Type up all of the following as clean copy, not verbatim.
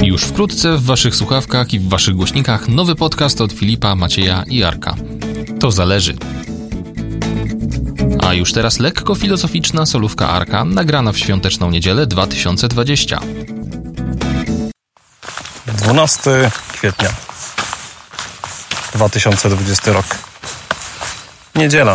Już wkrótce w waszych słuchawkach i w waszych głośnikach nowy podcast od Filipa, Macieja i Arka. To zależy. A już teraz lekko filozoficzna solówka Arka, nagrana w świąteczną niedzielę 2020. 12 kwietnia 2020 rok. Niedziela.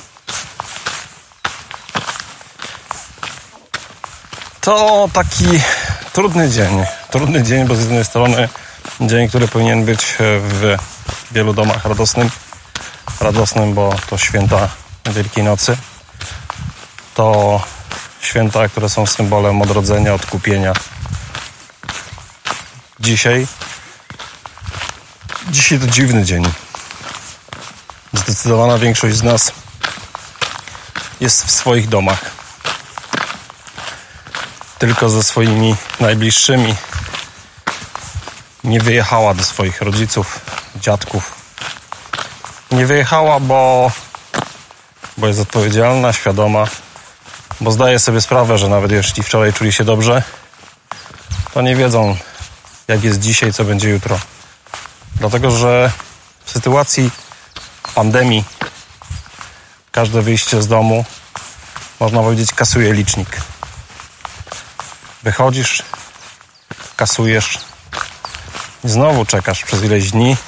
To taki trudny dzień, bo z jednej strony dzień, który powinien być w wielu domach radosnym, bo to święta Wielkiej Nocy. To święta, które są symbolem odrodzenia, odkupienia. Dzisiaj to dziwny dzień. Zdecydowana większość z nas jest w swoich domach. Tylko ze swoimi najbliższymi. Nie wyjechała do swoich rodziców, dziadków. Nie wyjechała, bo jest odpowiedzialna, świadoma, bo zdaje sobie sprawę, że nawet jeśli wczoraj czuli się dobrze, to nie wiedzą, jak jest dzisiaj, co będzie jutro. Dlatego, że w sytuacji pandemii każde wyjście z domu, można powiedzieć, kasuje licznik. Wychodzisz, kasujesz i znowu czekasz przez ileś dni,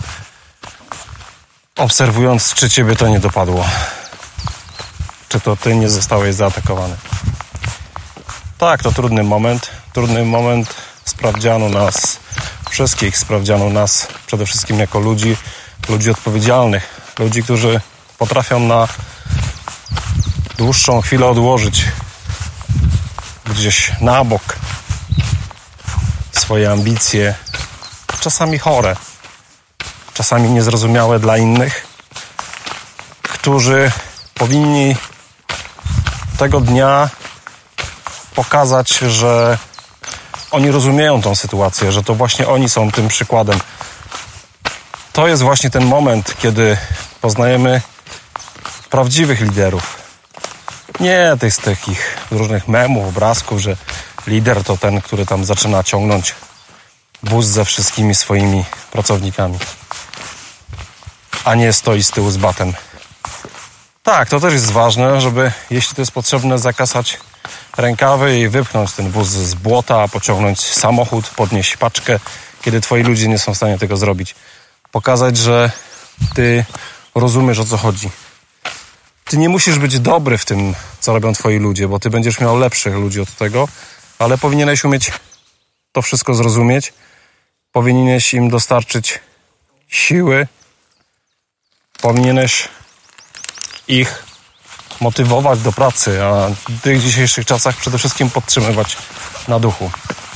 obserwując, czy ciebie to nie dopadło. Czy to ty nie zostałeś zaatakowany. Tak, to trudny moment sprawdzianu nas wszystkich, sprawdzianu nas przede wszystkim jako ludzi odpowiedzialnych, ludzi, którzy potrafią na dłuższą chwilę odłożyć gdzieś na bok swoje ambicje, czasami chore, czasami niezrozumiałe dla innych, którzy powinni tego dnia pokazać, że oni rozumieją tą sytuację, że to właśnie oni są tym przykładem. To jest właśnie ten moment, kiedy poznajemy prawdziwych liderów. Nie tych z takich różnych memów, obrazków, że lider to ten, który tam zaczyna ciągnąć wóz ze wszystkimi swoimi pracownikami, a nie stoi z tyłu z batem. Tak, to też jest ważne, żeby, jeśli to jest potrzebne, zakasać rękawy i wypchnąć ten wóz z błota, pociągnąć samochód, podnieść paczkę, kiedy twoi ludzie nie są w stanie tego zrobić. Pokazać, że ty rozumiesz, o co chodzi. Ty nie musisz być dobry w tym, co robią twoi ludzie, bo ty będziesz miał lepszych ludzi od tego, ale powinieneś umieć to wszystko zrozumieć. Powinieneś im dostarczyć siły. Powinieneś ich motywować do pracy, a w tych dzisiejszych czasach przede wszystkim podtrzymywać na duchu.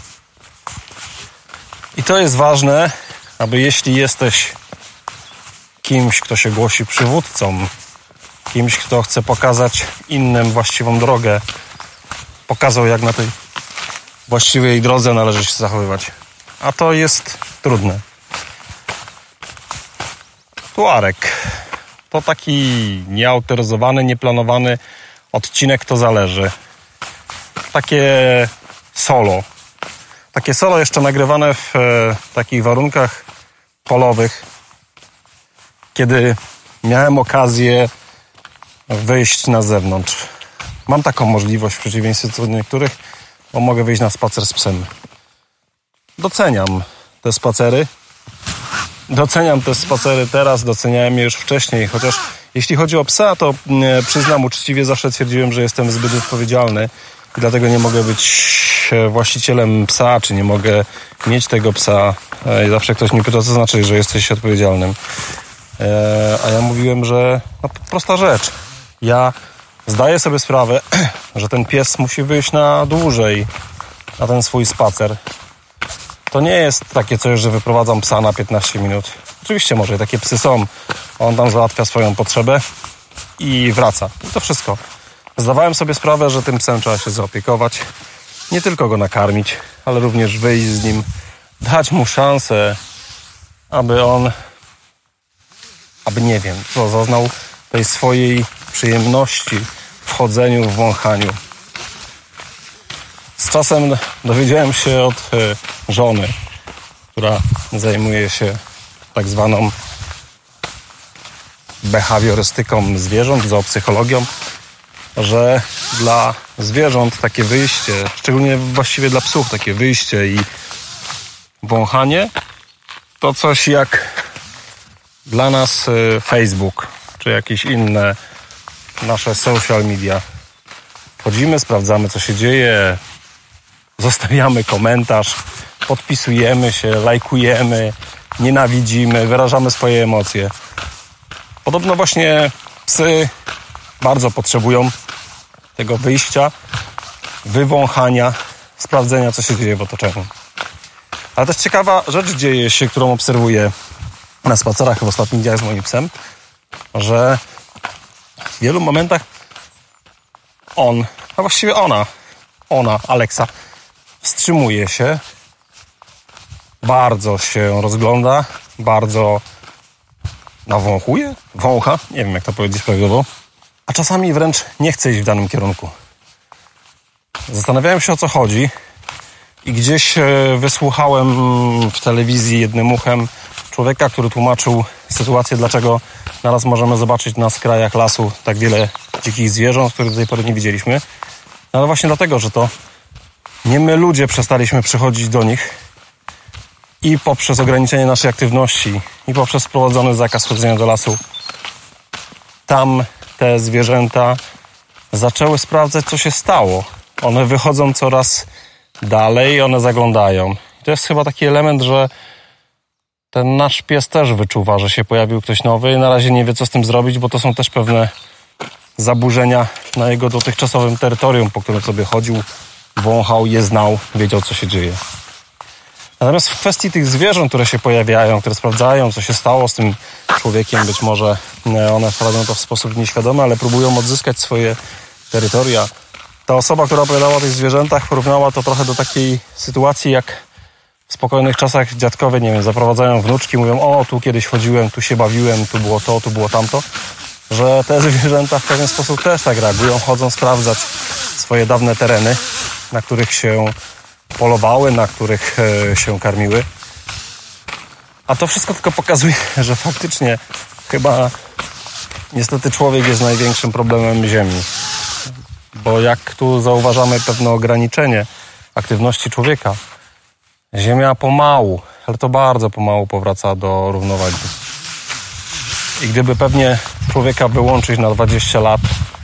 I to jest ważne, aby jeśli jesteś kimś, kto się głosi przywódcą, kimś, kto chce pokazać innym właściwą drogę, pokazał, jak na tej właściwej drodze należy się zachowywać. A to jest trudne. Tuarek. To taki nieautoryzowany, nieplanowany odcinek, to zależy. Takie solo. Takie solo jeszcze nagrywane w takich warunkach polowych, kiedy miałem okazję wyjść na zewnątrz. Mam taką możliwość w przeciwieństwie do niektórych, bo mogę wyjść na spacer z psem. Doceniam te spacery. Teraz, doceniałem je już wcześniej, chociaż jeśli chodzi o psa, to przyznam uczciwie, zawsze twierdziłem, że jestem zbyt odpowiedzialny i dlatego nie mogę być właścicielem psa, czy nie mogę mieć tego psa. I zawsze ktoś mi pyta, co znaczy, że jesteś odpowiedzialnym. A ja mówiłem, że prosta rzecz. Ja zdaję sobie sprawę, że ten pies musi wyjść na dłużej na ten swój spacer. To nie jest takie coś, że wyprowadzam psa na 15 minut. Oczywiście może takie psy są. On tam załatwia swoją potrzebę i wraca. I to wszystko. Zdawałem sobie sprawę, że tym psem trzeba się zaopiekować. Nie tylko go nakarmić, ale również wyjść z nim, dać mu szansę, aby nie wiem, zaznał tej swojej przyjemności w chodzeniu, w wąchaniu. Z czasem dowiedziałem się od żony, która zajmuje się tak zwaną behawiorystyką zwierząt, zoopsychologią, że dla zwierząt takie wyjście, szczególnie właściwie dla psów takie wyjście i wąchanie, to coś jak dla nas Facebook, czy jakieś inne nasze social media. Wchodzimy, sprawdzamy, co się dzieje, zostawiamy komentarz, podpisujemy się, lajkujemy, nienawidzimy, wyrażamy swoje emocje. Podobno właśnie psy bardzo potrzebują tego wyjścia, wywąchania, sprawdzenia, co się dzieje w otoczeniu. Ale też ciekawa rzecz dzieje się, którą obserwuję na spacerach w ostatnich dniach z moim psem, że w wielu momentach on, a właściwie ona, Alexa, wstrzymuje się, bardzo się rozgląda, bardzo wącha, nie wiem jak to powiedzieć prawidłowo, a czasami wręcz nie chce iść w danym kierunku. Zastanawiałem się, o co chodzi i gdzieś wysłuchałem w telewizji jednym uchem człowieka, który tłumaczył sytuację, dlaczego naraz możemy zobaczyć na skrajach lasu tak wiele dzikich zwierząt, których do tej pory nie widzieliśmy. No ale właśnie dlatego, że to nie my ludzie przestaliśmy przychodzić do nich i poprzez ograniczenie naszej aktywności i poprzez wprowadzony zakaz chodzenia do lasu tam te zwierzęta zaczęły sprawdzać, co się stało. One wychodzą coraz dalej, one zaglądają. I to jest chyba taki element, że ten nasz pies też wyczuwa, że się pojawił ktoś nowy i na razie nie wie, co z tym zrobić, bo to są też pewne zaburzenia na jego dotychczasowym terytorium, po którym sobie chodził, wąchał, je znał, wiedział, co się dzieje. Natomiast w kwestii tych zwierząt, które się pojawiają, które sprawdzają, co się stało z tym człowiekiem, być może one robią to w sposób nieświadomy, ale próbują odzyskać swoje terytoria. Ta osoba, która opowiadała o tych zwierzętach, porównała to trochę do takiej sytuacji, jak w spokojnych czasach dziadkowie, nie wiem, zaprowadzają wnuczki, mówią: o, tu kiedyś chodziłem, tu się bawiłem, tu było to, tu było tamto. Że te zwierzęta w pewien sposób też tak reagują, chodzą sprawdzać swoje dawne tereny, na których się polowały, na których się karmiły. A to wszystko tylko pokazuje, że faktycznie chyba niestety człowiek jest największym problemem Ziemi. Bo jak tu zauważamy pewne ograniczenie aktywności człowieka, Ziemia pomału, ale to bardzo pomału powraca do równowagi. I gdyby pewnie człowieka wyłączyć na 20 lat,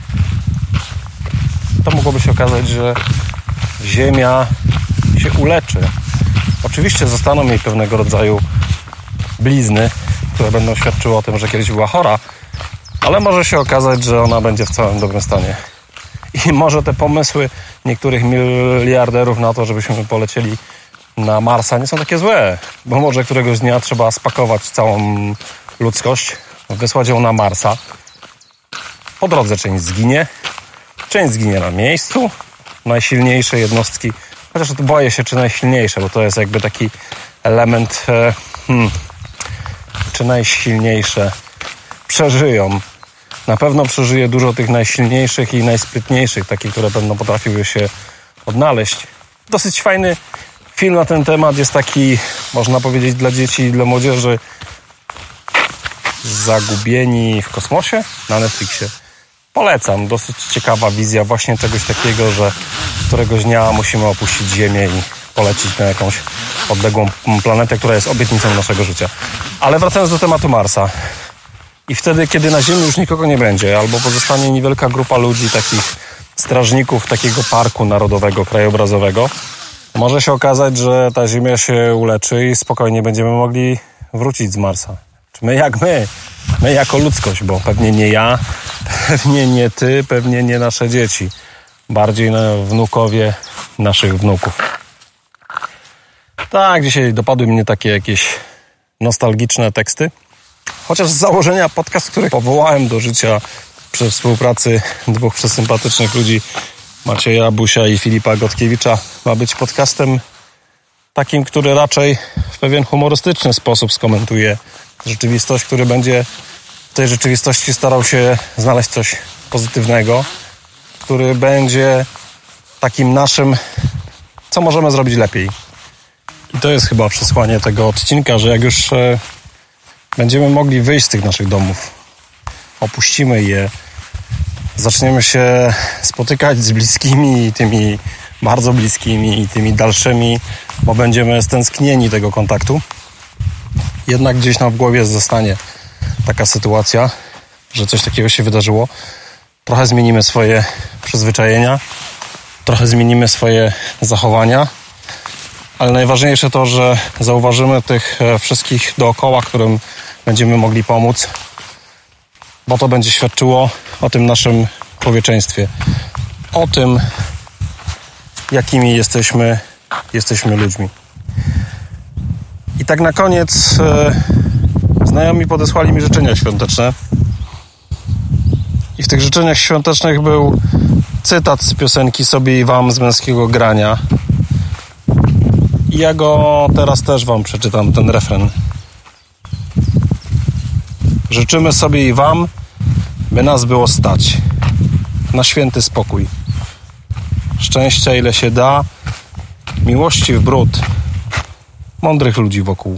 to mogłoby się okazać, że Ziemia się uleczy. Oczywiście zostaną jej pewnego rodzaju blizny, które będą świadczyły o tym, że kiedyś była chora, ale może się okazać, że ona będzie w całym dobrym stanie. I może te pomysły niektórych miliarderów na to, żebyśmy polecieli na Marsa, nie są takie złe, bo może któregoś dnia trzeba spakować całą ludzkość, wysłać ją na Marsa. Po drodze część zginie na miejscu. Najsilniejsze jednostki, chociaż boję się, czy najsilniejsze, bo to jest jakby taki element, czy najsilniejsze przeżyją. Na pewno przeżyje dużo tych najsilniejszych i najsprytniejszych, takich, które będą potrafiły się odnaleźć. Dosyć fajny film na ten temat jest taki, można powiedzieć, dla dzieci i dla młodzieży, Zagubieni w kosmosie na Netflixie. Polecam. Dosyć ciekawa wizja właśnie czegoś takiego, że któregoś dnia musimy opuścić Ziemię i polecić na jakąś odległą planetę, która jest obietnicą naszego życia. Ale wracając do tematu Marsa. I wtedy, kiedy na Ziemi już nikogo nie będzie, albo pozostanie niewielka grupa ludzi, takich strażników takiego parku narodowego, krajobrazowego, może się okazać, że ta Ziemia się uleczy i spokojnie będziemy mogli wrócić z Marsa. Czy my jako ludzkość, bo pewnie nie ja, pewnie nie ty, pewnie nie nasze dzieci. Bardziej wnukowie naszych wnuków. Tak, dzisiaj dopadły mnie takie jakieś nostalgiczne teksty. Chociaż z założenia podcast, który powołałem do życia przy współpracy dwóch przesympatycznych ludzi, Macieja Busia i Filipa Gotkiewicza, ma być podcastem takim, który raczej w pewien humorystyczny sposób skomentuje rzeczywistość, który będzie w tej rzeczywistości starał się znaleźć coś pozytywnego, który będzie takim naszym co możemy zrobić lepiej. I to jest chyba przesłanie tego odcinka, że jak już będziemy mogli wyjść z tych naszych domów, opuścimy je, zaczniemy się spotykać z bliskimi, tymi bardzo bliskimi i tymi dalszymi, bo będziemy stęsknieni tego kontaktu. Jednak gdzieś nam w głowie zostanie taka sytuacja, że coś takiego się wydarzyło. Trochę zmienimy swoje przyzwyczajenia, trochę zmienimy swoje zachowania, ale najważniejsze to, że zauważymy tych wszystkich dookoła, którym będziemy mogli pomóc, bo to będzie świadczyło o tym naszym człowieczeństwie, o tym, jakimi jesteśmy ludźmi. I tak na koniec znajomi podesłali mi życzenia świąteczne. I w tych życzeniach świątecznych był cytat z piosenki Sobie i Wam z Męskiego Grania. I ja go teraz też Wam przeczytam, ten refren. Życzymy sobie i Wam, by nas było stać na święty spokój. Szczęścia ile się da, miłości w bród, mądrych ludzi wokół.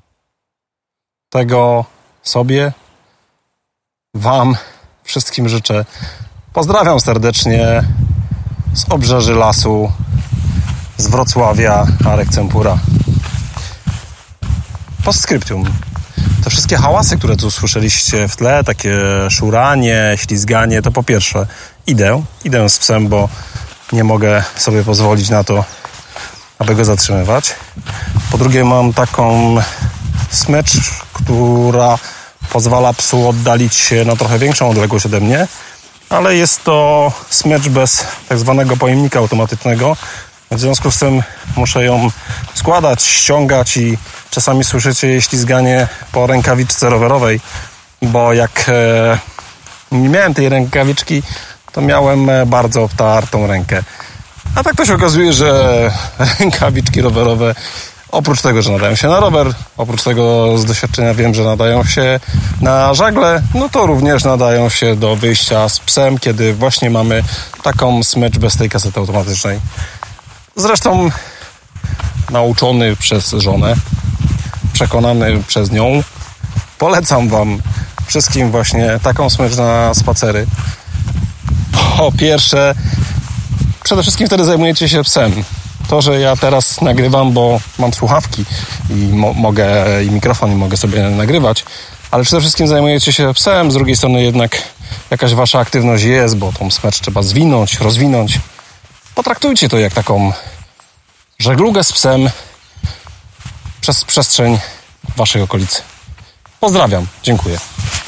Tego sobie, Wam wszystkim życzę. Pozdrawiam serdecznie z obrzeży lasu, z Wrocławia, Arek Cempura. Postscriptum. Te wszystkie hałasy, które tu słyszeliście w tle, takie szuranie, ślizganie, to po pierwsze idę z psem, bo nie mogę sobie pozwolić na to, aby go zatrzymywać. Po drugie mam taką smycz, która pozwala psu oddalić się na trochę większą odległość ode mnie, ale jest to smycz bez tak zwanego pojemnika automatycznego. W związku z tym muszę ją składać, ściągać i czasami słyszycie jej ślizganie po rękawiczce rowerowej, bo jak nie miałem tej rękawiczki, to miałem bardzo obtartą rękę. A tak to się okazuje, że rękawiczki rowerowe, oprócz tego, że nadają się na rower, oprócz tego z doświadczenia wiem, że nadają się na żagle, no to również nadają się do wyjścia z psem, kiedy właśnie mamy taką smycz bez tej kasety automatycznej. Zresztą nauczony przez żonę, przekonany przez nią, polecam Wam wszystkim właśnie taką smycz na spacery. Po pierwsze, przede wszystkim wtedy zajmujecie się psem. To, że ja teraz nagrywam, bo mam słuchawki i mogę i mikrofon i mogę sobie nagrywać, ale przede wszystkim zajmujecie się psem, z drugiej strony jednak jakaś wasza aktywność jest, bo tą smycz trzeba zwinąć, rozwinąć. Potraktujcie to jak taką żeglugę z psem przez przestrzeń waszej okolicy. Pozdrawiam, dziękuję.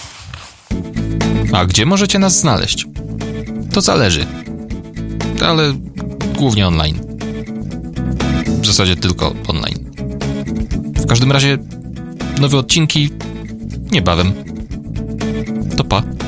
A gdzie możecie nas znaleźć? To zależy, ale głównie online. W zasadzie tylko online. W każdym razie nowe odcinki niebawem. To pa.